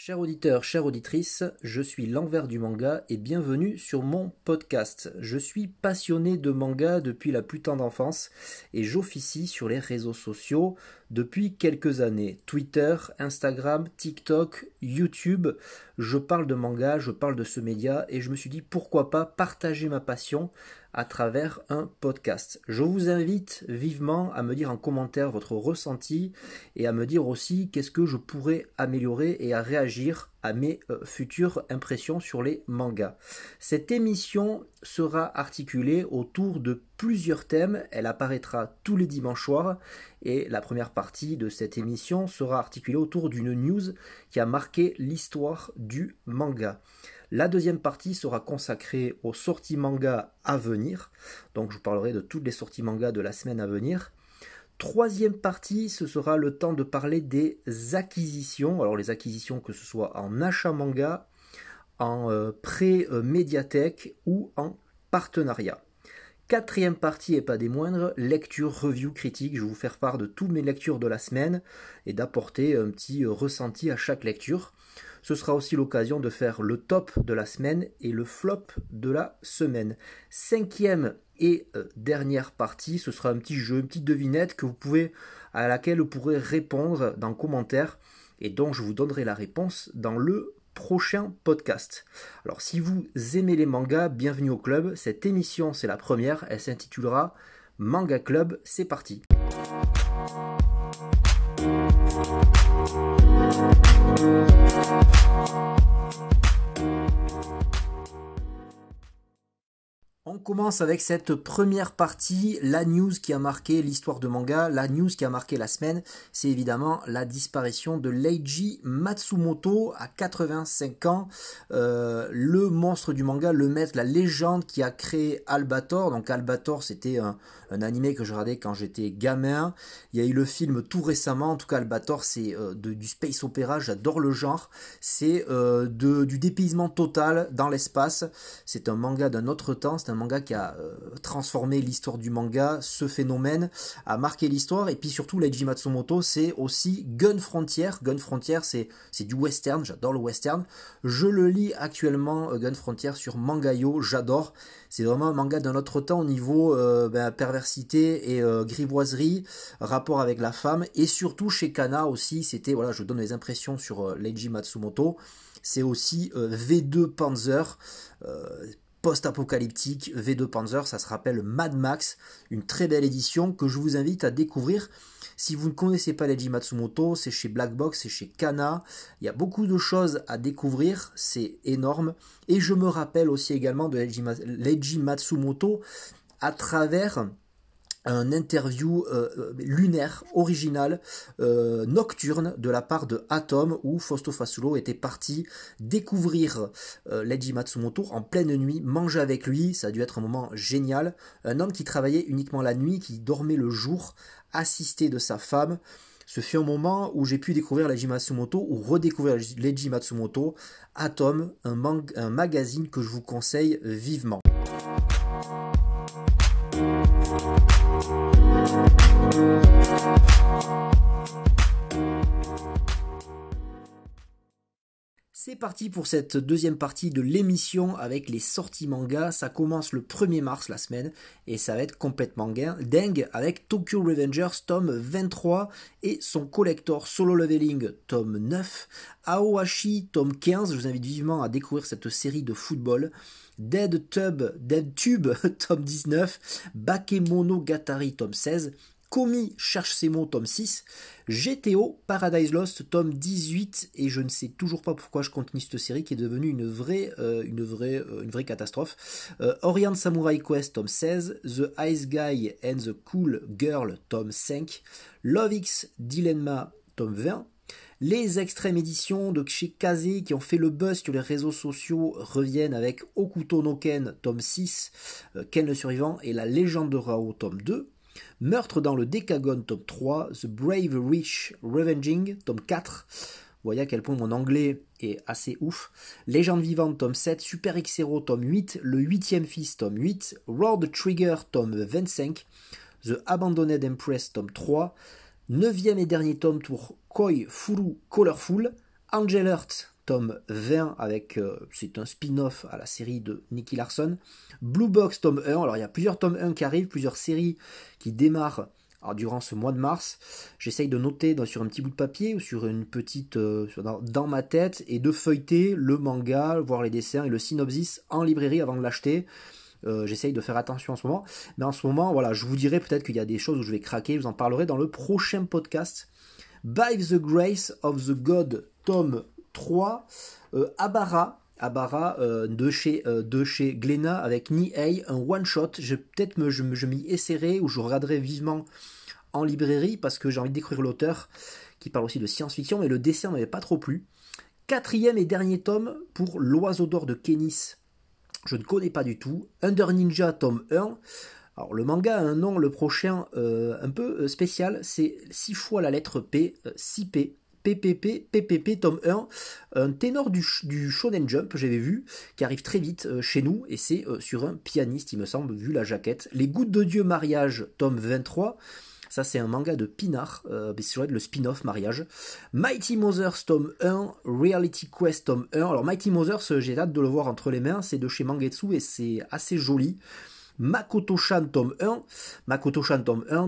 Chers auditeurs, chères auditrices, je suis l'envers du manga et bienvenue sur mon podcast. Je suis passionné de manga depuis la plus tendre enfance et j'officie sur les réseaux sociaux depuis quelques années. Twitter, Instagram, TikTok, YouTube. Je parle de manga, je parle de ce média et je me suis dit pourquoi pas partager ma passion à travers un podcast. Je vous invite vivement à me dire en commentaire votre ressenti et à me dire aussi qu'est-ce que je pourrais améliorer et à réagir à mes futures impressions sur les mangas. Cette émission sera articulée autour de plusieurs thèmes. Elle apparaîtra tous les dimanches soirs et la première partie de cette émission sera articulée autour d'une news qui a marqué l'histoire du manga. La deuxième partie sera consacrée aux sorties manga à venir. Donc je vous parlerai de toutes les sorties manga de la semaine à venir. Troisième partie, ce sera le temps de parler des acquisitions. Alors les acquisitions que ce soit en achat manga, en pré-médiathèque ou en partenariat. Quatrième partie et pas des moindres, lecture, review, critique. Je vais vous faire part de toutes mes lectures de la semaine et d'apporter un petit ressenti à chaque lecture. Ce sera aussi l'occasion de faire le top de la semaine et le flop de la semaine. Cinquième et dernière partie, ce sera un petit jeu, une petite devinette à laquelle vous pourrez répondre dans commentaire et donc je vous donnerai la réponse dans le prochain podcast. Alors si vous aimez les mangas, bienvenue au club. Cette émission, c'est la première, elle s'intitulera Manga Club, c'est parti. On commence avec cette première partie, la news qui a marqué l'histoire de manga, la news qui a marqué la semaine, c'est évidemment la disparition de Leiji Matsumoto à 85 ans, le monstre du manga, le maître, la légende qui a créé Albator. Donc Albator, c'était un animé que je regardais quand j'étais gamin. Il y a eu le film tout récemment. En tout cas, Albator, c'est du space opéra. J'adore le genre. C'est du dépaysement total dans l'espace. C'est un manga d'un autre temps. C'est un manga qui a transformé l'histoire du manga. Ce phénomène a marqué l'histoire. Et puis surtout, Leiji Matsumoto, c'est aussi Gun Frontier. Gun Frontier, c'est du western. J'adore le western. Je le lis actuellement, Gun Frontier, sur Mangayo. J'adore. C'est vraiment un manga d'un autre temps au niveau perversité et grivoiserie, rapport avec la femme. Et surtout chez Kana aussi, c'était, voilà, je donne les impressions sur Leiji Matsumoto. C'est aussi V2 Panzer, post-apocalyptique, V2 Panzer, ça se rappelle Mad Max, une très belle édition que je vous invite à découvrir. Si vous ne connaissez pas Leiji Matsumoto, c'est chez Black Box, c'est chez Kana. Il y a beaucoup de choses à découvrir, c'est énorme. Et je me rappelle aussi également de Leiji Matsumoto à travers un interview lunaire, original, nocturne de la part de Atom où Fausto Fasulo était parti découvrir Leiji Matsumoto en pleine nuit, manger avec lui, ça a dû être un moment génial. Un homme qui travaillait uniquement la nuit, qui dormait le jour, assisté de sa femme. Ce fut un moment où j'ai pu découvrir Leiji Matsumoto ou redécouvrir Leiji Matsumoto. Atom, un magazine que je vous conseille vivement. C'est parti pour cette deuxième partie de l'émission avec les sorties manga. Ça commence le 1er mars la semaine et ça va être complètement dingue avec Tokyo Revengers tome 23 et son collector Solo Leveling tome 9, Aohashi tome 15. Je vous invite vivement à découvrir cette série de football. Dead Tube tome 19, Bakemonogatari tome 16, Komi cherche ses mots tome 6, GTO Paradise Lost tome 18 et je ne sais toujours pas pourquoi je continue cette série qui est devenue une vraie catastrophe. Orient Samurai Quest tome 16, The Ice Guy and the Cool Girl tome 5, Love X Dilemma tome 20. Les extrêmes éditions de chez Kaze qui ont fait le buzz sur les réseaux sociaux reviennent avec Okuto no Ken tome 6, Ken le survivant et la légende de Rao tome 2. Meurtre dans le Décagone tome 3, The Brave Rich Revenging tome 4. Vous voyez à quel point mon anglais est assez ouf. Légende vivante tome 7, Super X-Hero tome 8, Le 8e fils tome 8, Road Trigger tome 25, The Abandoned Empress tome 3, 9e et dernier tome pour Koi Furu Colorful, Angel Heart tome 20 avec, c'est un spin-off à la série de Nicky Larson. Blue Box tome 1, alors il y a plusieurs tomes 1 qui arrivent, plusieurs séries qui démarrent durant ce mois de mars. J'essaye de noter sur un petit bout de papier ou sur une petite dans ma tête et de feuilleter le manga, voir les dessins et le synopsis en librairie avant de l'acheter. J'essaye de faire attention en ce moment, mais en ce moment, voilà, je vous dirai peut-être qu'il y a des choses où je vais craquer, je vous en parlerai dans le prochain podcast. By the Grace of the God, tome 3, Abara de chez Glénat avec Nihei, un one-shot. Peut-être je m'y essaierai ou je regarderai vivement en librairie parce que j'ai envie de découvrir l'auteur qui parle aussi de science-fiction, mais le dessin m'avait pas trop plu. 4e et dernier tome pour L'Oiseau d'or de Kénis. Je ne connais pas du tout. Under Ninja, tome 1. Alors, le manga a un nom, le prochain, un peu spécial. C'est 6 fois la lettre P, 6P. PPP, tome 1. Un ténor du Shonen Jump, j'avais vu, qui arrive très vite chez nous. Et c'est sur un pianiste, il me semble, vu la jaquette. Les Gouttes de Dieu, mariage, tome 23. Ça, c'est un manga de Pinard, c'est le spin-off mariage. Mighty Mothers, tome 1, Reality Quest, tome 1. Alors, Mighty Mothers, j'ai hâte de le voir entre les mains, c'est de chez Mangetsu et c'est assez joli. Makoto-chan, tome 1. Makoto-chan, tome 1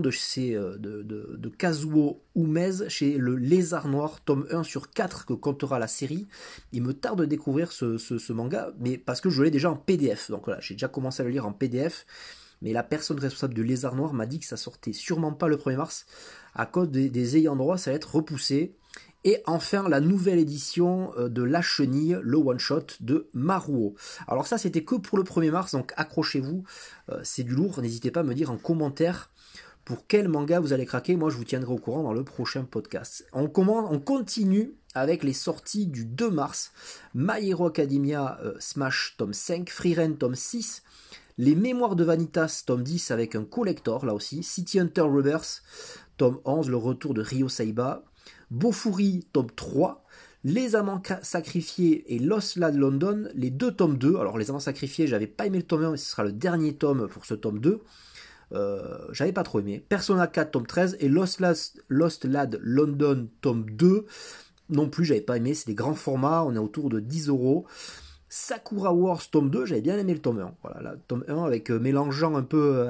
de Kazuo Umez chez le Lézard Noir, tome 1 sur 4 que comptera la série. Il me tarde de découvrir ce manga, mais parce que je l'ai déjà en PDF. Donc voilà, j'ai déjà commencé à le lire en PDF. Mais la personne responsable de Lézard Noir m'a dit que ça sortait sûrement pas le 1er mars. À cause des ayants droit, ça va être repoussé. Et enfin, la nouvelle édition de La Chenille, le one-shot de Maruo. Alors ça, c'était que pour le 1er mars, donc accrochez-vous, c'est du lourd. N'hésitez pas à me dire en commentaire pour quel manga vous allez craquer. Moi, je vous tiendrai au courant dans le prochain podcast. On continue avec les sorties du 2 mars. My Hero Academia Smash tome 5, Frieren tome 6, Les Mémoires de Vanitas, tome 10 avec un collector, là aussi. City Hunter Rebirth, tome 11, le retour de Ryo Saiba. Bofuri, tome 3. Les Amants Sacrifiés et Lost Lad London, les deux tomes 2. Alors, Les Amants Sacrifiés, j'avais pas aimé le tome 1, mais ce sera le dernier tome pour ce tome 2. J'avais pas trop aimé. Persona 4, tome 13. Et Lost Lad London, tome 2. Non plus, j'avais pas aimé. C'est des grands formats. On est autour de 10€. Sakura Wars tome 2, j'avais bien aimé le tome 1. Voilà, là, tome 1 avec mélangeant un peu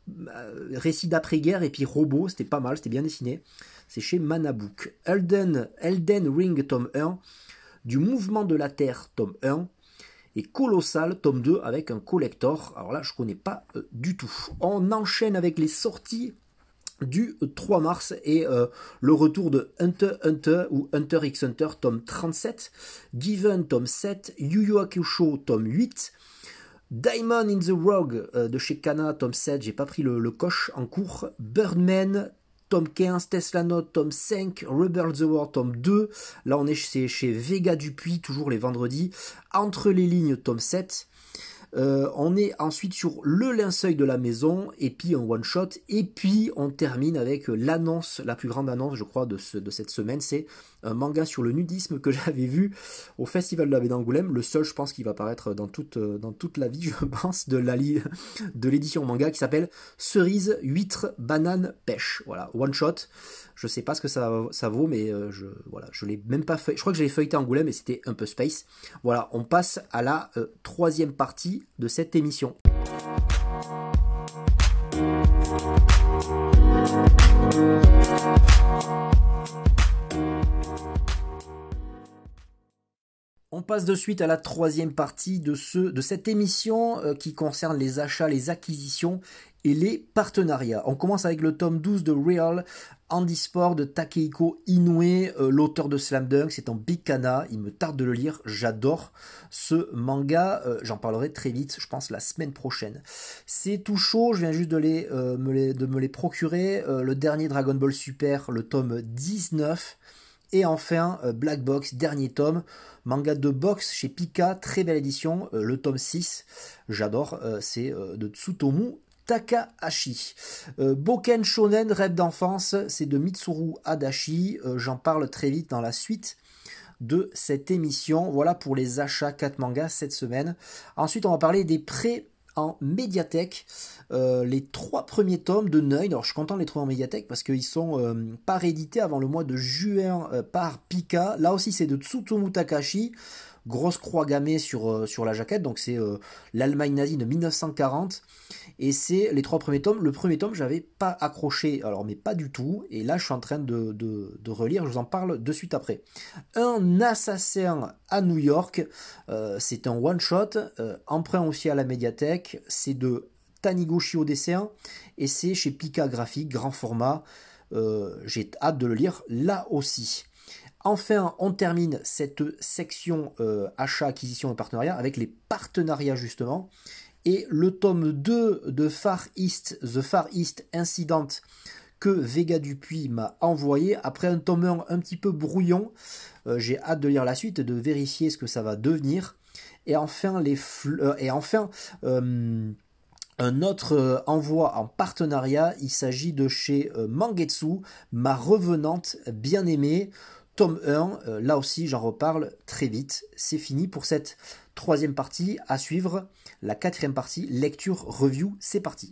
récit d'après-guerre et puis robot, c'était pas mal, c'était bien dessiné. C'est chez Manabook. Elden Ring tome 1, Du Mouvement de la Terre tome 1 et Colossal tome 2 avec un collector. Alors là, je connais pas du tout. On enchaîne avec les sorties du 3 mars et le retour de Hunter Hunter ou Hunter x Hunter tome 37, Given tome 7, Yu Yu Hakusho tome 8, Diamond in the Rogue de chez Kana tome 7, j'ai pas pris le coche en cours, Birdman tome 15, Tesla Note tome 5, Rebel the War tome 2, là on est chez Vega Dupuis, toujours les vendredis, Entre les lignes tome 7, on est ensuite sur Le Linceul de la Maison, et puis un one-shot, et puis on termine avec l'annonce, la plus grande annonce, je crois, de cette semaine, c'est un manga sur le nudisme que j'avais vu au Festival de la Baie d'Angoulême, le seul, je pense, qui va apparaître dans toute la vie, je pense, de l'édition manga, qui s'appelle Cerise, Huître, Banane, Pêche. Voilà, one-shot. Je sais pas ce que ça vaut, mais je l'ai même pas feuilleté. Je crois que je l'ai feuilleté à Angoulême et c'était un peu space. Voilà, on passe à la 3e partie de cette émission. On passe de suite à la 3e partie de cette émission qui concerne les achats, les acquisitions et les partenariats. On commence avec le tome 12 de Real Handisport de Takehiko Inoue, l'auteur de Slam Dunk. C'est en Big Kana, il me tarde de le lire, j'adore ce manga, j'en parlerai très vite, je pense la semaine prochaine. C'est tout chaud, je viens juste de me les procurer, le dernier Dragon Ball Super, le tome 19, et enfin Black Box, dernier tome, manga de boxe chez Pika, très belle édition, le tome 6, j'adore, c'est de Tsutomu Takahashi. Boken Shonen, rêve d'enfance, c'est de Mitsuru Adachi, j'en parle très vite dans la suite de cette émission. Voilà pour les achats 4 mangas cette semaine. Ensuite, on va parler des prêts en médiathèque les 3 premiers tomes de Neuil. Alors je suis content de les trouver en médiathèque parce qu'ils sont pas réédités avant le mois de juin par Pika. Là aussi c'est de Tsutomu Takashi. Grosse croix gammée sur la jaquette, donc c'est l'Allemagne nazie de 1940, et c'est les 3 premiers tomes. Le premier tome, j'avais pas accroché, alors mais pas du tout, et là je suis en train de relire, je vous en parle de suite après. Un assassin à New York, c'est un one-shot, emprunt aussi à la médiathèque, c'est de Taniguchi au dessin, et c'est chez Pika Graphique, grand format, j'ai hâte de le lire là aussi. Enfin, on termine cette section achat, acquisition et partenariat avec les partenariats justement. Et le tome 2 de Far East, The Far East Incident, que Vega Dupuis m'a envoyé. Après un tome 1 un petit peu brouillon, j'ai hâte de lire la suite et de vérifier ce que ça va devenir. Et enfin, un autre envoi en partenariat, il s'agit de chez Mangetsu, ma revenante bien-aimée. Tome 1, là aussi j'en reparle très vite. C'est fini pour cette 3e partie. À suivre la 4e partie, lecture review, c'est parti.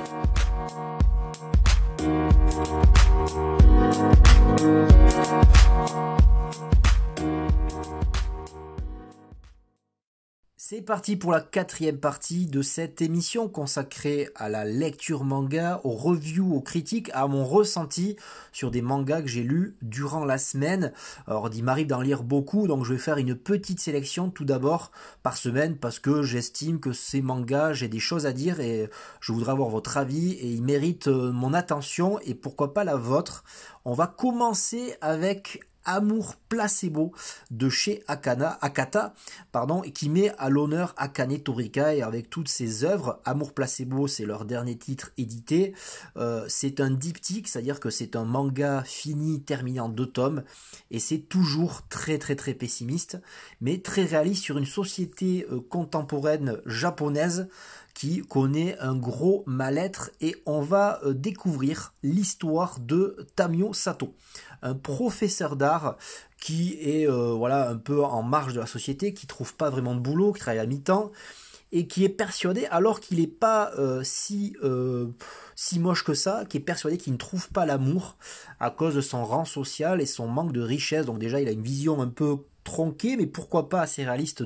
C'est parti pour la 4e partie de cette émission consacrée à la lecture manga, aux reviews, aux critiques, à mon ressenti sur des mangas que j'ai lus durant la semaine. Alors il m'arrive d'en lire beaucoup, donc je vais faire une petite sélection tout d'abord par semaine parce que j'estime que ces mangas, j'ai des choses à dire et je voudrais avoir votre avis et ils méritent mon attention et pourquoi pas la vôtre. On va commencer avec Amour Placebo de chez Akata, qui met à l'honneur Akane Torikai avec toutes ses œuvres. Amour Placebo, c'est leur dernier titre édité. C'est un diptyque, c'est-à-dire que c'est un manga fini, terminé en 2 tomes, et c'est toujours très très très pessimiste, mais très réaliste sur une société contemporaine japonaise qui connaît un gros mal-être, et on va découvrir l'histoire de Tamio Sato, un professeur d'art qui est un peu en marge de la société, qui trouve pas vraiment de boulot, qui travaille à mi-temps, et qui est persuadé, alors qu'il n'est pas si moche que ça, qui est persuadé qu'il ne trouve pas l'amour à cause de son rang social et son manque de richesse. Donc déjà, il a une vision un peu tronquée, mais pourquoi pas assez réaliste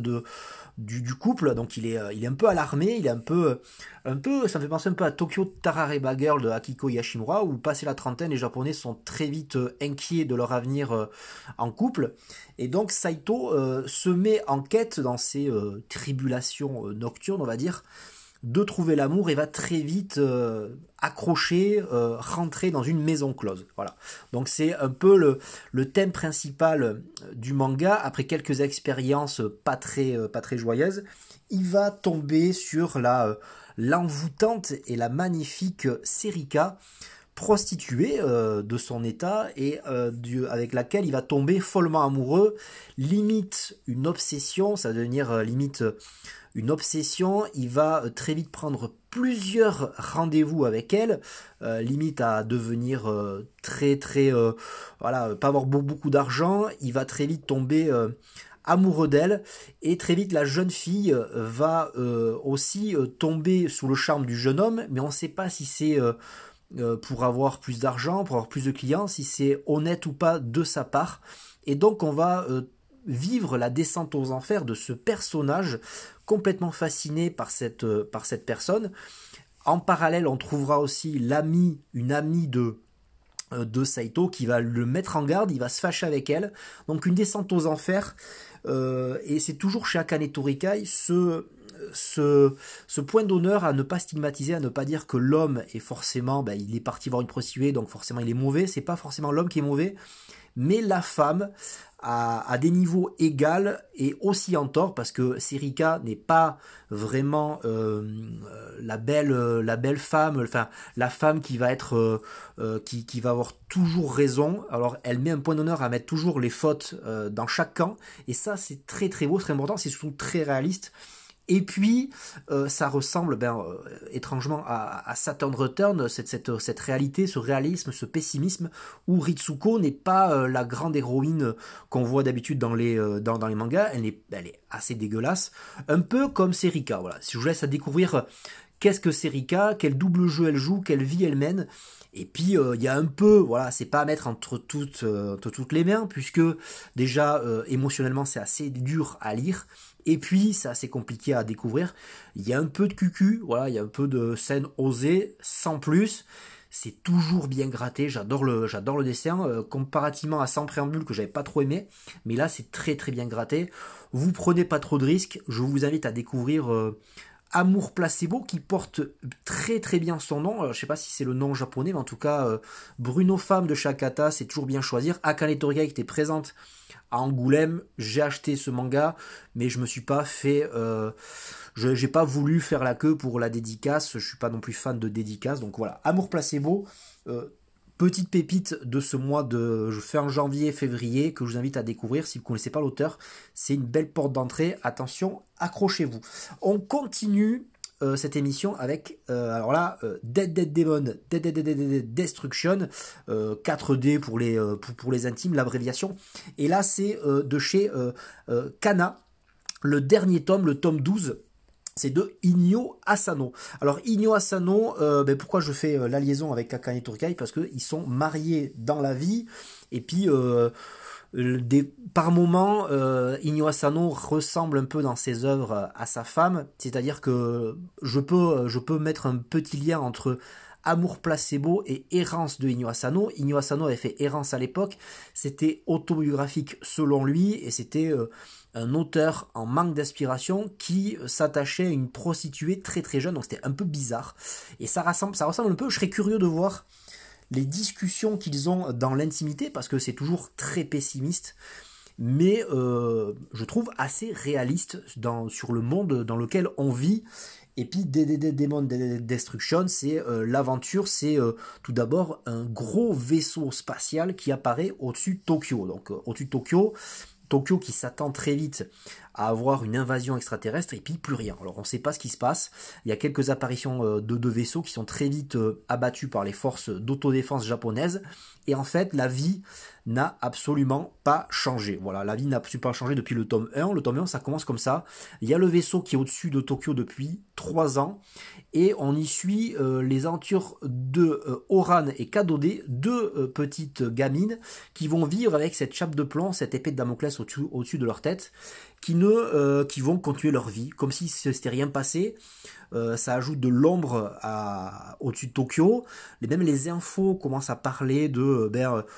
du couple. Donc il est un peu alarmé, il est un peu, ça me fait penser un peu à Tokyo Tarareba Girl de Akiko Yashimura, où passé la trentaine, les Japonais sont très vite inquiets de leur avenir en couple. Et donc Saito se met en quête dans ses tribulations nocturnes, on va dire, de trouver l'amour, et va très vite accrocher, rentrer dans une maison close. Voilà. Donc c'est un peu le thème principal du manga. Après quelques expériences pas très joyeuses, il va tomber sur l'envoûtante et la magnifique Serika, prostituée de son état, et avec laquelle il va tomber follement amoureux, limite une obsession, ça va devenir limite une obsession. Il va très vite prendre plusieurs rendez-vous avec elle, limite à devenir pas avoir beaucoup d'argent. Il va très vite tomber amoureux d'elle, et très vite la jeune fille va aussi tomber sous le charme du jeune homme, mais on ne sait pas si c'est pour avoir plus d'argent, pour avoir plus de clients, si c'est honnête ou pas de sa part. Et donc on va vivre la descente aux enfers de ce personnage complètement fasciné par cette personne. En parallèle, on trouvera aussi une amie de Saito qui va le mettre en garde, il va se fâcher avec elle. Donc une descente aux enfers, et c'est toujours chez Akane Torikai ce point d'honneur à ne pas stigmatiser, à ne pas dire que l'homme est forcément, il est parti voir une prostituée, donc forcément il est mauvais. C'est pas forcément l'homme qui est mauvais, mais la femme à des niveaux égaux et aussi en tort, parce que Serika n'est pas vraiment la belle femme, enfin la femme qui va être qui va avoir toujours raison. Alors elle met un point d'honneur à mettre toujours les fautes dans chaque camp, et ça c'est très très beau, très important, c'est surtout très réaliste. Et puis, ça ressemble étrangement à Saturn Return, cette réalité, ce réalisme, ce pessimisme, où Ritsuko n'est pas la grande héroïne qu'on voit d'habitude dans les mangas, elle est assez dégueulasse, un peu comme Serika. Voilà. Si je vous laisse à découvrir qu'est-ce que Serika, quel double jeu elle joue, quelle vie elle mène. Et puis il y a un peu, voilà, c'est pas à mettre entre toutes les mains, puisque déjà émotionnellement c'est assez dur à lire, et puis c'est assez compliqué à découvrir. Il y a un peu de cucu, voilà, il y a un peu de scènes osées, sans plus. C'est toujours bien gratté, j'adore le dessin, comparativement à Sans préambule que j'avais pas trop aimé, mais là c'est très très bien gratté. Vous prenez pas trop de risques, je vous invite à découvrir Amour Placebo, qui porte très très bien son nom. Alors, je sais pas si c'est le nom japonais, mais en tout cas Bruno Femme de Shakata, c'est toujours bien choisir. Akane Torigai qui était présente à Angoulême, j'ai acheté ce manga, mais je me suis pas fait, j'ai pas voulu faire la queue pour la dédicace. Je suis pas non plus fan de dédicace, donc voilà. Amour Placebo, petite pépite de ce mois de fin janvier-février que je vous invite à découvrir si vous ne connaissez pas l'auteur. C'est une belle porte d'entrée. Attention, accrochez-vous. On continue cette émission avec Dead Demon, Dead Destruction, 4D pour les intimes, l'abréviation. Et là, c'est de chez Kana, le dernier tome, le tome 12. C'est de Inyo Asano. Alors Inyo Asano, pourquoi je fais la liaison avec Akane Torigai? Parce qu'ils sont mariés dans la vie, et puis par moments, Inyo Asano ressemble un peu dans ses œuvres à sa femme, c'est-à-dire que je peux mettre un petit lien entre Amour Placebo et Errance de Inyo Asano. Inyo Asano avait fait Errance à l'époque, c'était autobiographique selon lui, et c'était un auteur en manque d'inspiration qui s'attachait à une prostituée très très jeune, donc c'était un peu bizarre. Et ça ressemble un peu, je serais curieux de voir les discussions qu'ils ont dans l'intimité, parce que c'est toujours très pessimiste, mais je trouve assez réaliste sur le monde dans lequel on vit. Et puis Demon Destruction, c'est l'aventure, c'est tout d'abord un gros vaisseau spatial qui apparaît au-dessus de Tokyo. Donc au-dessus de Tokyo qui s'attend très vite à avoir une invasion extraterrestre, et puis plus rien. Alors on ne sait pas ce qui se passe, il y a quelques apparitions de vaisseaux qui sont très vite abattus par les forces d'autodéfense japonaises, et en fait la vie n'a absolument pas changé. Voilà, la vie n'a absolument pas changé depuis le tome 1. Le tome 1, ça commence comme ça. Il y a le vaisseau qui est au-dessus de Tokyo depuis 3 ans, et on y suit les aventures de Oran et Kadode, deux petites gamines qui vont vivre avec cette chape de plomb, cette épée de Damoclès au-dessus de leur tête, qui vont continuer leur vie comme si ce s'était rien passé. Ça ajoute de l'ombre au-dessus de Tokyo. Même les infos commencent à parler de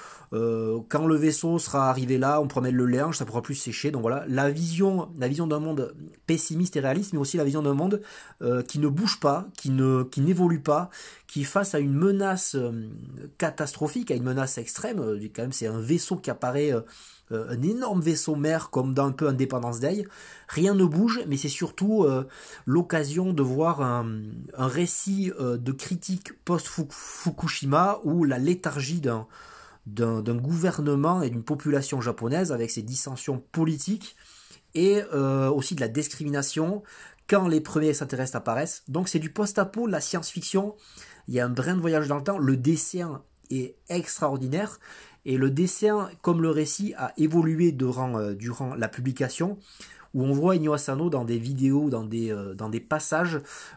quand le vaisseau sera arrivé là, on pourra mettre le linge, ça pourra plus sécher. Donc voilà, la vision d'un monde pessimiste et réaliste, mais aussi la vision d'un monde qui ne bouge pas, qui n'évolue pas, qui face à une menace catastrophique, à une menace extrême. Quand même, c'est un vaisseau qui apparaît. Un énorme vaisseau mère comme dans un peu Independence Day. Rien ne bouge, mais c'est surtout l'occasion de voir un récit de critique post-Fukushima, où la léthargie d'un gouvernement et d'une population japonaise avec ses dissensions politiques, et aussi de la discrimination quand les premiers extraterrestres apparaissent. Donc c'est du post-apo, de la science-fiction, il y a un brin de voyage dans le temps, le dessin est extraordinaire. Et le dessin, comme le récit, a évolué durant la publication, où on voit Inyo Asano dans des vidéos, dans des passages,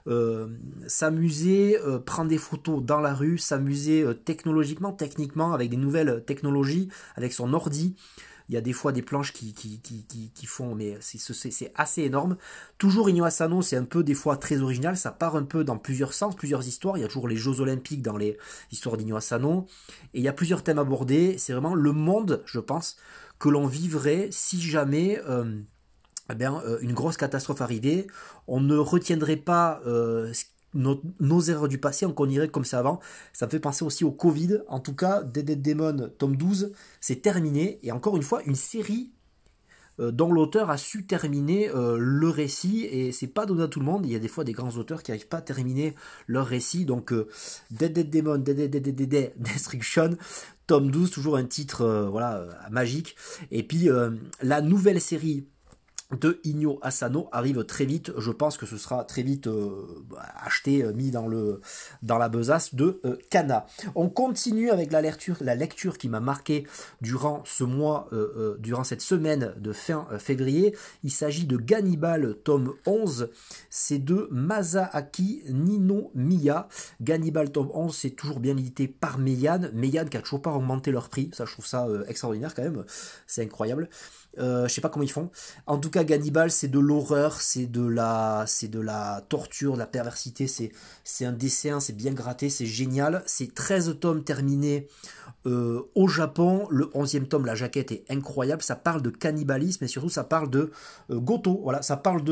s'amuser, prendre des photos dans la rue, s'amuser techniquement, avec des nouvelles technologies, avec son ordi. Il y a des fois des planches qui font, mais c'est assez énorme. Toujours Inyo Asano, c'est un peu des fois très original, ça part un peu dans plusieurs sens, plusieurs histoires. Il y a toujours les Jeux Olympiques dans les histoires d'Inyo Asano, et il y a plusieurs thèmes abordés. C'est vraiment le monde, je pense, que l'on vivrait si jamais une grosse catastrophe arrivait. On ne retiendrait pas nos erreurs du passé, on irait comme ça avant. Ça me fait penser aussi au Covid. En tout cas, Dead Demon tome 12, c'est terminé. Et encore une fois, une série dont l'auteur a su terminer le récit. Et c'est pas donné à tout le monde. Il y a des fois des grands auteurs qui n'arrivent pas à terminer leur récit. Donc, Dead Demon, Dead Destruction, tome 12, toujours un titre magique. Et puis, la nouvelle série de Inyo Asano arrive très vite. Je pense que ce sera très vite acheté, mis dans la besace de Kana. On continue avec la lecture qui m'a marqué durant ce mois, durant cette semaine de fin février. Il s'agit de Gannibal, tome 11. C'est de Masaaki Ninomiya. Gannibal, tome 11, c'est toujours bien édité par Meian. Meian qui a toujours pas augmenté leur prix. Ça, je trouve ça extraordinaire quand même. C'est incroyable. Je sais pas comment ils font. En tout cas, Gannibal, c'est de l'horreur, c'est de la torture, de la perversité, c'est un dessin, c'est bien gratté, c'est génial. C'est 13 tomes terminés au Japon. Le 11e tome, la jaquette est incroyable. Ça parle de cannibalisme et surtout ça parle de Goto. Voilà, ça parle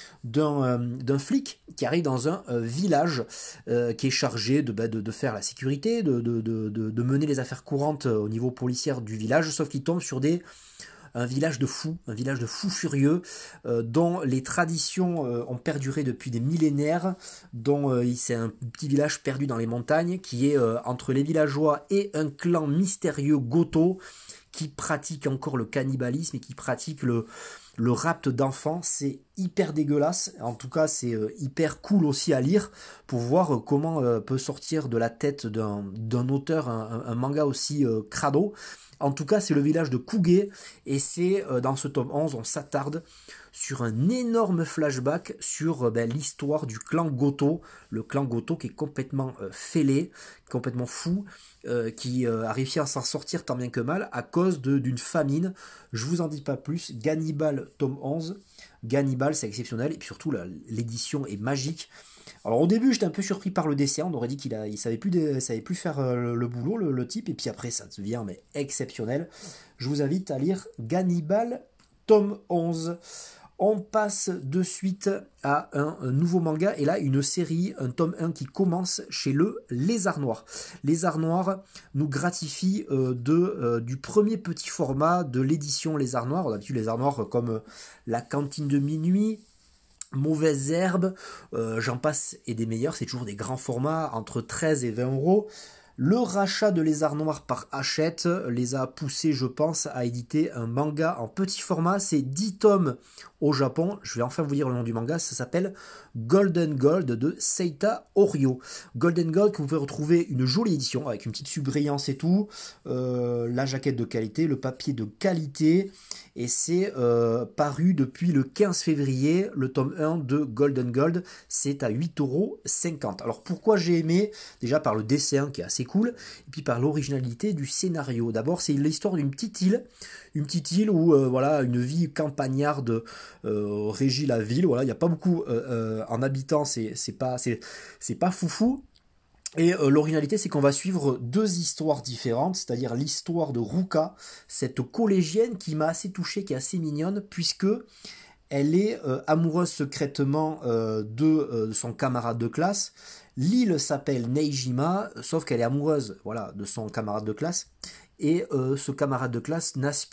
d'un flic qui arrive dans un village qui est chargé de faire la sécurité, de mener les affaires courantes au niveau policier du village, sauf qu'il tombe sur un village de fous furieux, dont les traditions ont perduré depuis des millénaires, dont c'est un petit village perdu dans les montagnes, qui est entre les villageois et un clan mystérieux Goto, qui pratique encore le cannibalisme et qui pratique le rapt d'enfants. C'est hyper dégueulasse, en tout cas c'est hyper cool aussi à lire, pour voir comment peut sortir de la tête d'un auteur un manga aussi crado. En tout cas, c'est le village de Kuge, et c'est dans ce tome 11, on s'attarde sur un énorme flashback sur l'histoire du clan Goto, le clan Goto qui est complètement fêlé, complètement fou, qui a réussi à s'en sortir tant bien que mal à cause d'une famine. Je vous en dis pas plus. Gannibal, tome 11. Gannibal, c'est exceptionnel, et puis surtout l'édition est magique. Alors au début j'étais un peu surpris par le dessin, on aurait dit qu'il savait plus faire le boulot, le type, et puis après ça devient exceptionnel. Je vous invite à lire Gannibal tome 11. On passe de suite à un nouveau manga, et là une série, un tome 1 qui commence chez le Lézard Noir. Lézard Noir nous gratifie du premier petit format de l'édition Lézard Noir. On a vu Lézard Noir comme La Cantine de Minuit, Mauvaises Herbes, j'en passe et des meilleurs. C'est toujours des grands formats entre 13 et 20 euros. Le rachat de Lézard Noir par Hachette les a poussés, je pense, à éditer un manga en petit format. C'est 10 tomes au Japon. Je vais enfin vous dire le nom du manga. Ça s'appelle Golden Gold de Seita Orio. Golden Gold, que vous pouvez retrouver une jolie édition avec une petite subbrillance et tout. La jaquette de qualité, le papier de qualité. Et c'est paru depuis le 15 février. Le tome 1 de Golden Gold, c'est à 8,50 €. Alors pourquoi j'ai aimé? Déjà par le dessin qui est assez cool, et puis par l'originalité du scénario. D'abord, c'est l'histoire d'une petite île où voilà, une vie campagnarde régit la ville. Voilà, il n'y a pas beaucoup en habitants, c'est pas foufou. Et l'originalité, c'est qu'on va suivre deux histoires différentes, c'est-à-dire l'histoire de Ruka, cette collégienne qui m'a assez touché, qui est assez mignonne, puisque elle est amoureuse secrètement de son camarade de classe. L'île s'appelle Neijima, sauf qu'elle est amoureuse, voilà, de son camarade de classe, et ce camarade de classe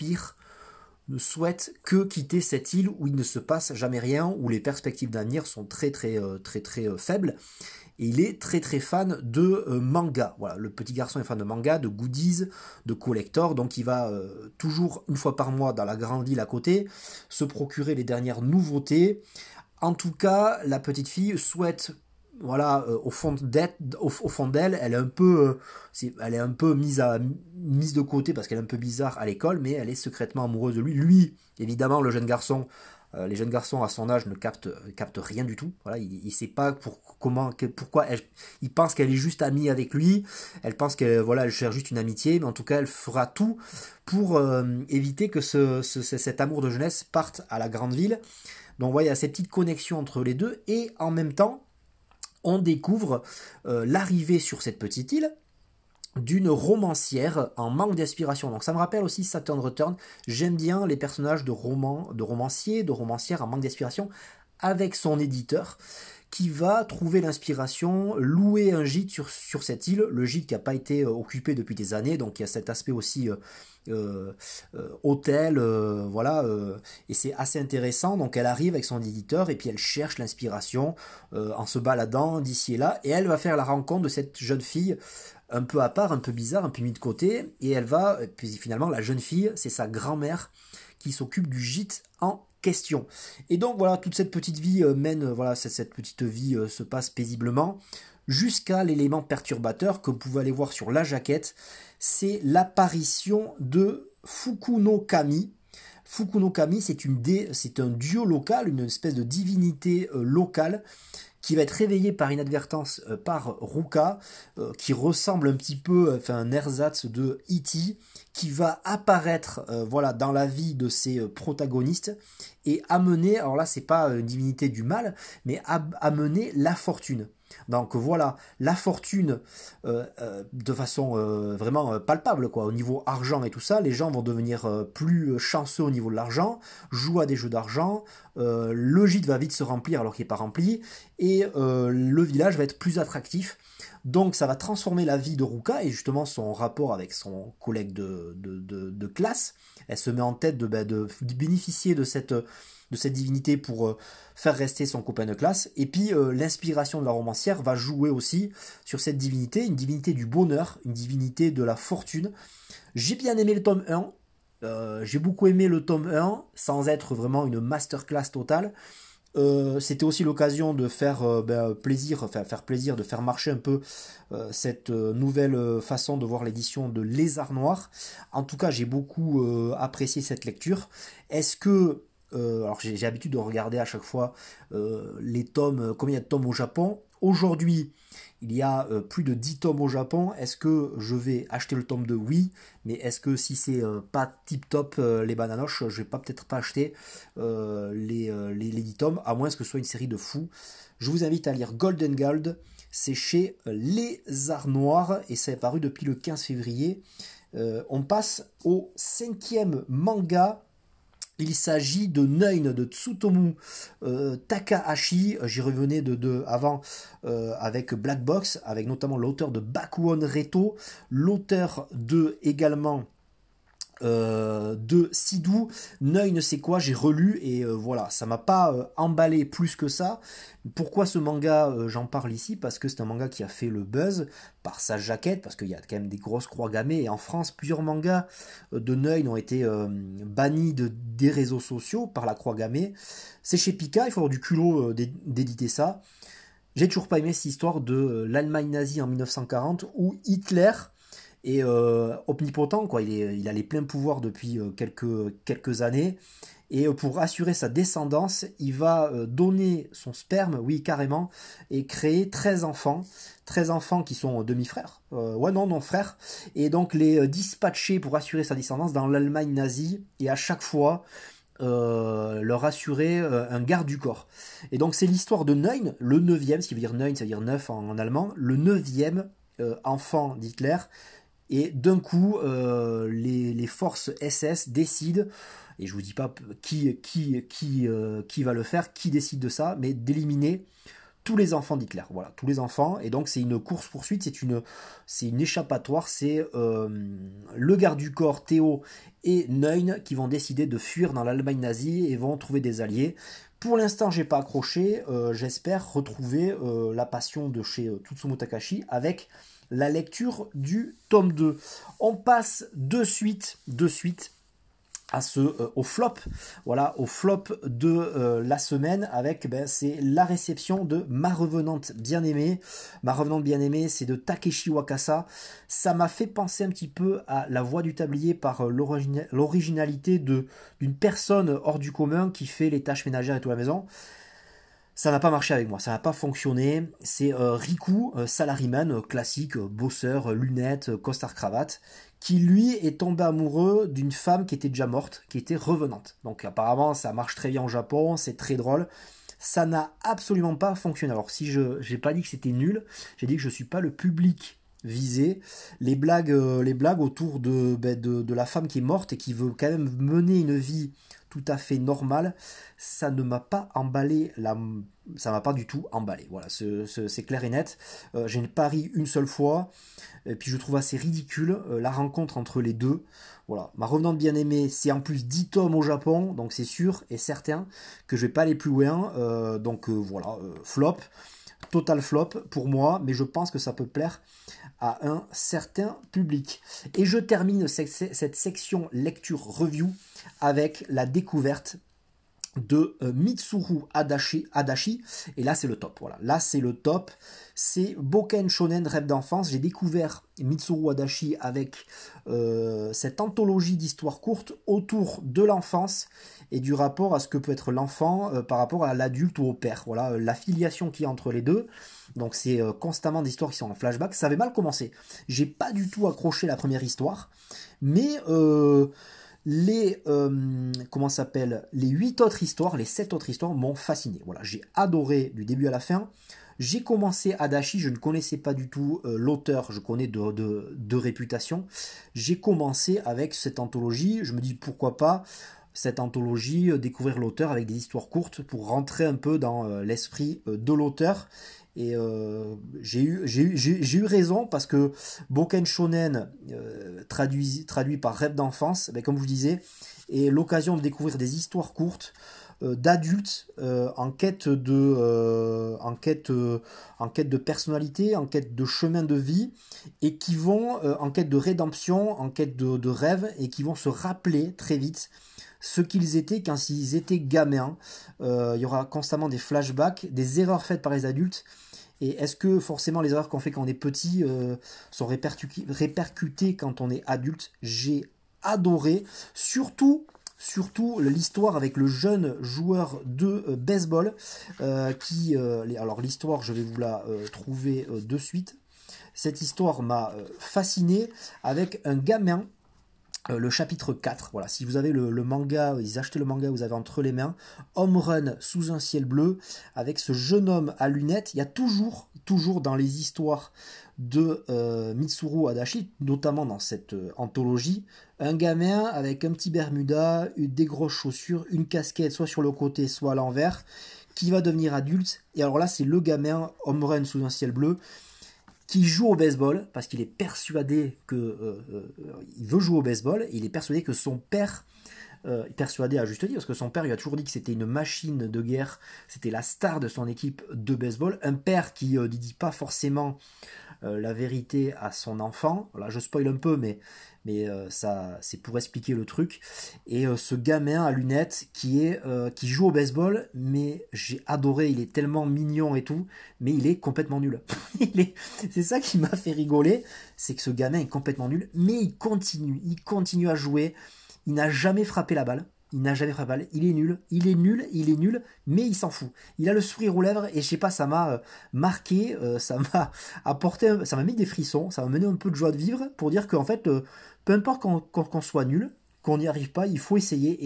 ne souhaite que quitter cette île où il ne se passe jamais rien, où les perspectives d'avenir sont très faibles. Et il est très fan de manga. Voilà, le petit garçon est fan de manga, de goodies, de collector, donc il va toujours une fois par mois dans la grande ville à côté se procurer les dernières nouveautés. En tout cas, la petite fille souhaite, voilà, au fond d'elle, elle est un peu mise de côté parce qu'elle est un peu bizarre à l'école, mais elle est secrètement amoureuse de lui. Lui, évidemment, les jeunes garçons à son âge ne captent rien du tout. Voilà, il sait pas pourquoi il pense qu'elle est juste amie avec lui. Elle pense qu'elle elle cherche juste une amitié, mais en tout cas, elle fera tout pour éviter que cet amour de jeunesse parte à la grande ville. Donc voilà, il y a cette petite connexion entre les deux, et en même temps, on découvre l'arrivée sur cette petite île d'une romancière en manque d'inspiration. Donc ça me rappelle aussi Saturn Return. J'aime bien les personnages de romancières en manque d'inspiration, avec son éditeur qui va trouver l'inspiration, louer un gîte sur cette île, le gîte qui n'a pas été occupé depuis des années, donc il y a cet aspect aussi hôtel, voilà, et c'est assez intéressant. Donc elle arrive avec son éditeur, et puis elle cherche l'inspiration en se baladant d'ici et là, et elle va faire la rencontre de cette jeune fille un peu à part, un peu bizarre, un peu mis de côté, et puis finalement la jeune fille, c'est sa grand-mère qui s'occupe du gîte en question. Et donc voilà, toute cette petite vie voilà, cette petite vie se passe paisiblement jusqu'à l'élément perturbateur que vous pouvez aller voir sur la jaquette, c'est l'apparition de Fuku no Kami. Fuku no Kami, c'est un dieu local, une espèce de divinité locale qui va être réveillé par inadvertance par Ruka, qui ressemble un petit peu, un ersatz de E.T., qui va apparaître voilà, dans la vie de ses protagonistes et amener, alors là c'est pas une divinité du mal, mais amener la fortune. Donc voilà, la fortune de façon vraiment palpable, quoi, au niveau argent et tout ça, les gens vont devenir plus chanceux au niveau de l'argent, jouent à des jeux d'argent, le gîte va vite se remplir alors qu'il n'est pas rempli, et le village va être plus attractif. Donc ça va transformer la vie de Ruka et justement son rapport avec son collègue de classe. Elle se met en tête de bénéficier de cette divinité pour faire rester son copain de classe. Et puis l'inspiration de la romancière va jouer aussi sur cette divinité, une divinité du bonheur, une divinité de la fortune. J'ai bien aimé le tome 1, j'ai beaucoup aimé le tome 1, sans être vraiment une masterclass totale. C'était aussi l'occasion de faire plaisir, de faire marcher un peu cette nouvelle façon de voir l'édition de Lézard Noir. En tout cas, j'ai beaucoup apprécié cette lecture. Est-ce que alors j'ai l'habitude de regarder à chaque fois les tomes, combien il y a de tomes au Japon. Aujourd'hui, il y a plus de 10 tomes au Japon. Est-ce que je vais acheter le tome 2? Oui. Mais est-ce que si c'est pas tip top les bananoches, je vais peut-être pas acheter les 10 tomes, à moins que ce soit une série de fous. Je vous invite à lire Golden Gold. C'est chez Lézard Noir et c'est paru depuis le 15 février. On passe au 5e manga. Il s'agit de Neun de Tsutomu Takahashi. J'y revenais avant avec Black Box, avec notamment l'auteur de Bakuon Reto, l'auteur de également de Sidou. Neun c'est quoi, j'ai relu et voilà, ça m'a pas emballé plus que ça. Pourquoi ce manga, j'en parle ici? Parce que c'est un manga qui a fait le buzz par sa jaquette, parce qu'il y a quand même des grosses croix gammées, et en France plusieurs mangas de Neun ont été bannis des réseaux sociaux par la croix gammée. C'est chez Pika, il faut avoir du culot d'éditer ça. J'ai toujours pas aimé cette histoire de l'Allemagne nazie en 1940 où Hitler et omnipotent, quoi. Il a les pleins pouvoirs depuis quelques années. Et pour assurer sa descendance, il va donner son sperme, oui carrément, et créer 13 enfants. 13 enfants qui sont demi-frères. Non, frères. Et donc les dispatcher pour assurer sa descendance dans l'Allemagne nazie. Et à chaque fois, leur assurer un garde du corps. Et donc c'est l'histoire de Neun, le 9e, ce qui veut dire Neun, ça veut dire 9 en allemand, le 9e enfant d'Hitler. Et d'un coup, les forces SS décident, et je vous dis pas qui va le faire, qui décide de ça, mais d'éliminer tous les enfants d'Hitler. Voilà, tous les enfants. Et donc c'est une course-poursuite, c'est une échappatoire. C'est le garde du corps Théo et Neun qui vont décider de fuir dans l'Allemagne nazie et vont trouver des alliés. Pour l'instant, j'ai pas accroché. J'espère retrouver la passion de chez Tsutomu Takahashi avec la lecture du tome 2. On passe de suite au flop, voilà, au flop de la semaine avec, c'est la réception de Ma Revenante Bien-Aimée. Ma Revenante Bien-Aimée, c'est de Takeshi Wakasa. Ça m'a fait penser un petit peu à La Voix du Tablier par l'originalité d'une personne hors du commun qui fait les tâches ménagères et toute la maison. Ça n'a pas marché avec moi, ça n'a pas fonctionné. C'est Riku, salaryman, classique, bosseur, lunettes, costard cravate, qui lui est tombé amoureux d'une femme qui était déjà morte, qui était revenante. Donc apparemment ça marche très bien au Japon, c'est très drôle. Ça n'a absolument pas fonctionné. Alors si je n'ai pas dit que c'était nul, j'ai dit que je ne suis pas le public visé. Les blagues autour de la femme qui est morte et qui veut quand même mener une vie tout à fait normale, ça ne m'a pas emballé, ça m'a pas du tout emballé. Voilà, c'est clair et net. Je n'ai pas ri une seule fois, et puis je trouve assez ridicule la rencontre entre les deux. Voilà, Ma Revenante Bien-Aimée, c'est en plus 10 tomes au Japon, donc c'est sûr et certain que je vais pas aller plus loin. Voilà, flop. Total flop pour moi, mais je pense que ça peut plaire à un certain public. Et je termine cette section lecture review avec la découverte de Mitsuru Adachi, et là c'est le top, voilà, là c'est le top, c'est Boken Shonen Rêve d'enfance. J'ai découvert Mitsuru Adachi avec cette anthologie d'histoires courtes autour de l'enfance et du rapport à ce que peut être l'enfant par rapport à l'adulte ou au père, voilà, l'affiliation qu'il y a entre les deux. Donc c'est constamment des histoires qui sont en flashback. Ça avait mal commencé, j'ai pas du tout accroché la première histoire, mais les comment s'appelle, les 8 autres histoires, les 7 autres histoires m'ont fasciné. Voilà, j'ai adoré du début à la fin. J'ai commencé Adachi, je ne connaissais pas du tout l'auteur, je connais de réputation. J'ai commencé avec cette anthologie, je me dis pourquoi pas cette anthologie, découvrir l'auteur avec des histoires courtes pour rentrer un peu dans l'esprit de l'auteur. Et j'ai eu raison parce que Boken Shonen, traduit par Rêve d'enfance, ben, comme je vous disais, est l'occasion de découvrir des histoires courtes d'adultes en quête de personnalité, en quête de chemin de vie, et qui vont en quête de rédemption, en quête de rêve, et qui vont se rappeler très vite ce qu'ils étaient quand ils étaient gamins. Il y aura constamment des flashbacks, des erreurs faites par les adultes. Et est-ce que forcément les erreurs qu'on fait quand on est petit sont répercutées quand on est adulte? J'ai adoré, surtout l'histoire avec le jeune joueur de baseball alors l'histoire, je vais vous la trouver de suite. Cette histoire m'a fasciné, avec un gamin. Le chapitre 4, voilà, si vous avez le manga, ils achetaient le manga, vous avez entre les mains, Home Run sous un ciel bleu, avec ce jeune homme à lunettes. Il y a toujours dans les histoires de Mitsuru Adachi, notamment dans cette anthologie, un gamin avec un petit bermuda, des grosses chaussures, une casquette soit sur le côté, soit à l'envers, qui va devenir adulte. Et alors là, c'est le gamin Home Run sous un ciel bleu, qui joue au baseball parce qu'il est persuadé que il veut jouer au baseball, et il est persuadé que son père, persuadé à juste titre, parce que son père lui a toujours dit que c'était une machine de guerre, c'était la star de son équipe de baseball, un père qui ne dit pas forcément la vérité à son enfant. Là je spoil un peu, mais ça c'est pour expliquer le truc. Et ce gamin à lunettes qui joue au baseball, mais j'ai adoré, il est tellement mignon et tout, mais il est complètement nul. C'est ça qui m'a fait rigoler, c'est que ce gamin est complètement nul, mais il continue à jouer. Il n'a jamais frappé la balle. Il est nul, mais il s'en fout. Il a le sourire aux lèvres, et je sais pas, ça m'a marqué, ça m'a apporté, ça m'a mis des frissons, ça m'a mené un peu de joie de vivre, pour dire qu'en fait, peu importe qu'on soit nul, qu'on n'y arrive pas, il faut essayer.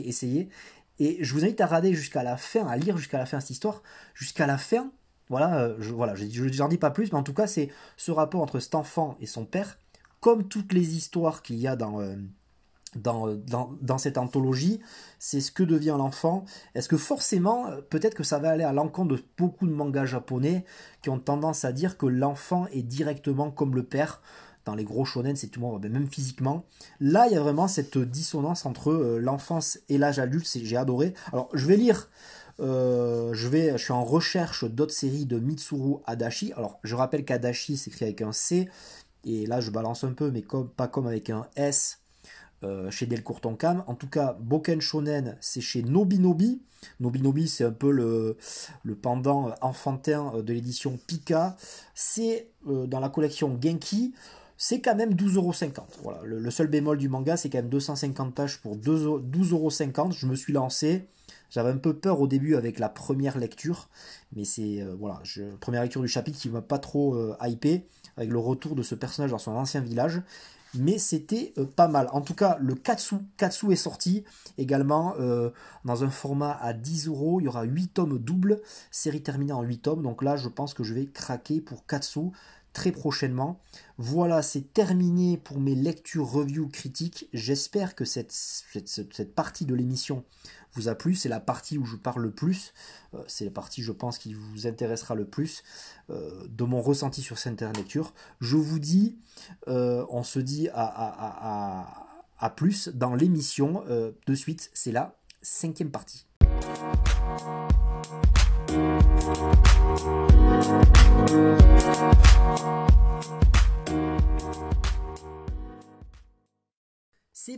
Et je vous invite à regarder jusqu'à la fin, à lire jusqu'à la fin cette histoire, jusqu'à la fin. Voilà, je n'en dis pas plus, mais en tout cas, c'est ce rapport entre cet enfant et son père, comme toutes les histoires qu'il y a dans cette anthologie, c'est ce que devient l'enfant. Est-ce que forcément, peut-être que ça va aller à l'encontre de beaucoup de mangas japonais qui ont tendance à dire que l'enfant est directement comme le père. Dans les gros shonen, c'est tout le monde, même physiquement. Là, il y a vraiment cette dissonance entre l'enfance et l'âge adulte. J'ai adoré. Alors, je vais lire. Je suis en recherche d'autres séries de Mitsuru Adachi. Alors, je rappelle qu'Adachi s'écrit avec un C. Et là, je balance un peu, mais pas comme avec un S. Chez Delcourt Tonkam. En tout cas, Boken Shonen, c'est chez Nobinobi. Nobinobi, c'est un peu le pendant enfantin de l'édition Pika. C'est dans la collection Genki. C'est quand même 12,50 €. Voilà, le seul bémol du manga, c'est quand même 250 pages pour 12,50 €. Je me suis lancé. J'avais un peu peur au début avec la première lecture, mais c'est première lecture du chapitre qui m'a pas trop hypé, avec le retour de ce personnage dans son ancien village. Mais c'était pas mal. En tout cas, le Katsu est sorti également dans un format à 10 €. Il y aura 8 tomes doubles, série terminée en 8 tomes. Donc là, je pense que je vais craquer pour Katsu très prochainement. Voilà, c'est terminé pour mes lectures, reviews, critiques. J'espère que cette partie de l'émission vous a plu. C'est la partie où je parle le plus. C'est la partie, je pense, qui vous intéressera le plus de mon ressenti sur cette lecture. Je vous dis, on se dit à plus dans l'émission. De suite, c'est la 5e partie. C'est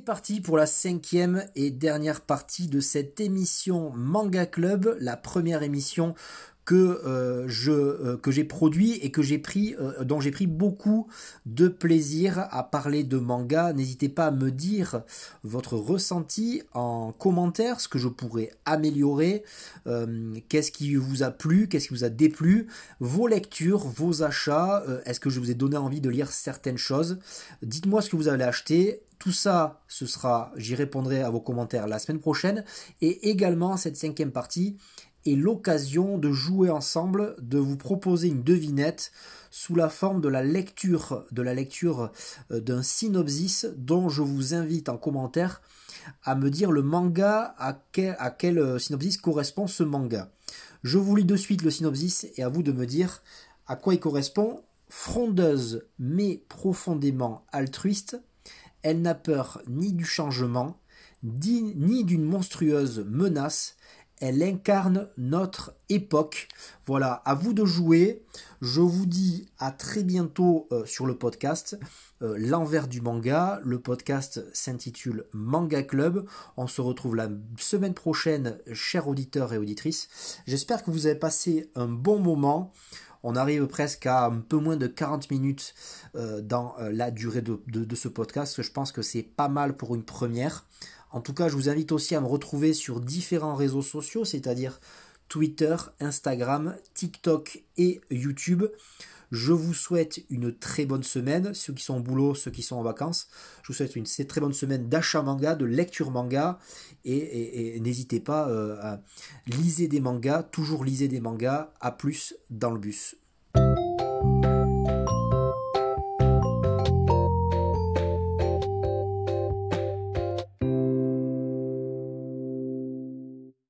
parti pour la 5e et dernière partie de cette émission Manga Club, la première émission que j'ai produit et que dont j'ai pris beaucoup de plaisir à parler de manga. N'hésitez pas à me dire votre ressenti en commentaire, ce que je pourrais améliorer, qu'est-ce qui vous a plu, qu'est-ce qui vous a déplu, vos lectures, vos achats, est-ce que je vous ai donné envie de lire certaines choses. Dites-moi ce que vous allez acheter. Tout ça, j'y répondrai à vos commentaires la semaine prochaine. Et également, cette 5e partie est l'occasion de jouer ensemble, de vous proposer une devinette sous la forme de la lecture d'un synopsis dont je vous invite en commentaire à me dire le manga, à quel synopsis correspond ce manga. Je vous lis de suite le synopsis et à vous de me dire à quoi il correspond. Frondeuse mais profondément altruiste, elle n'a peur ni du changement, ni d'une monstrueuse menace. Elle incarne notre époque. Voilà, à vous de jouer. Je vous dis à très bientôt sur le podcast L'envers du manga. Le podcast s'intitule Manga Club. On se retrouve la semaine prochaine, chers auditeurs et auditrices. J'espère que vous avez passé un bon moment. On arrive presque à un peu moins de 40 minutes dans la durée de ce podcast. Je pense que c'est pas mal pour une première. En tout cas, je vous invite aussi à me retrouver sur différents réseaux sociaux, c'est-à-dire Twitter, Instagram, TikTok et YouTube. Je vous souhaite une très bonne semaine, ceux qui sont au boulot, ceux qui sont en vacances. Je vous souhaite une très bonne semaine d'achat manga, de lecture manga. Et n'hésitez pas à liser des mangas, toujours lisez des mangas. À plus dans le bus.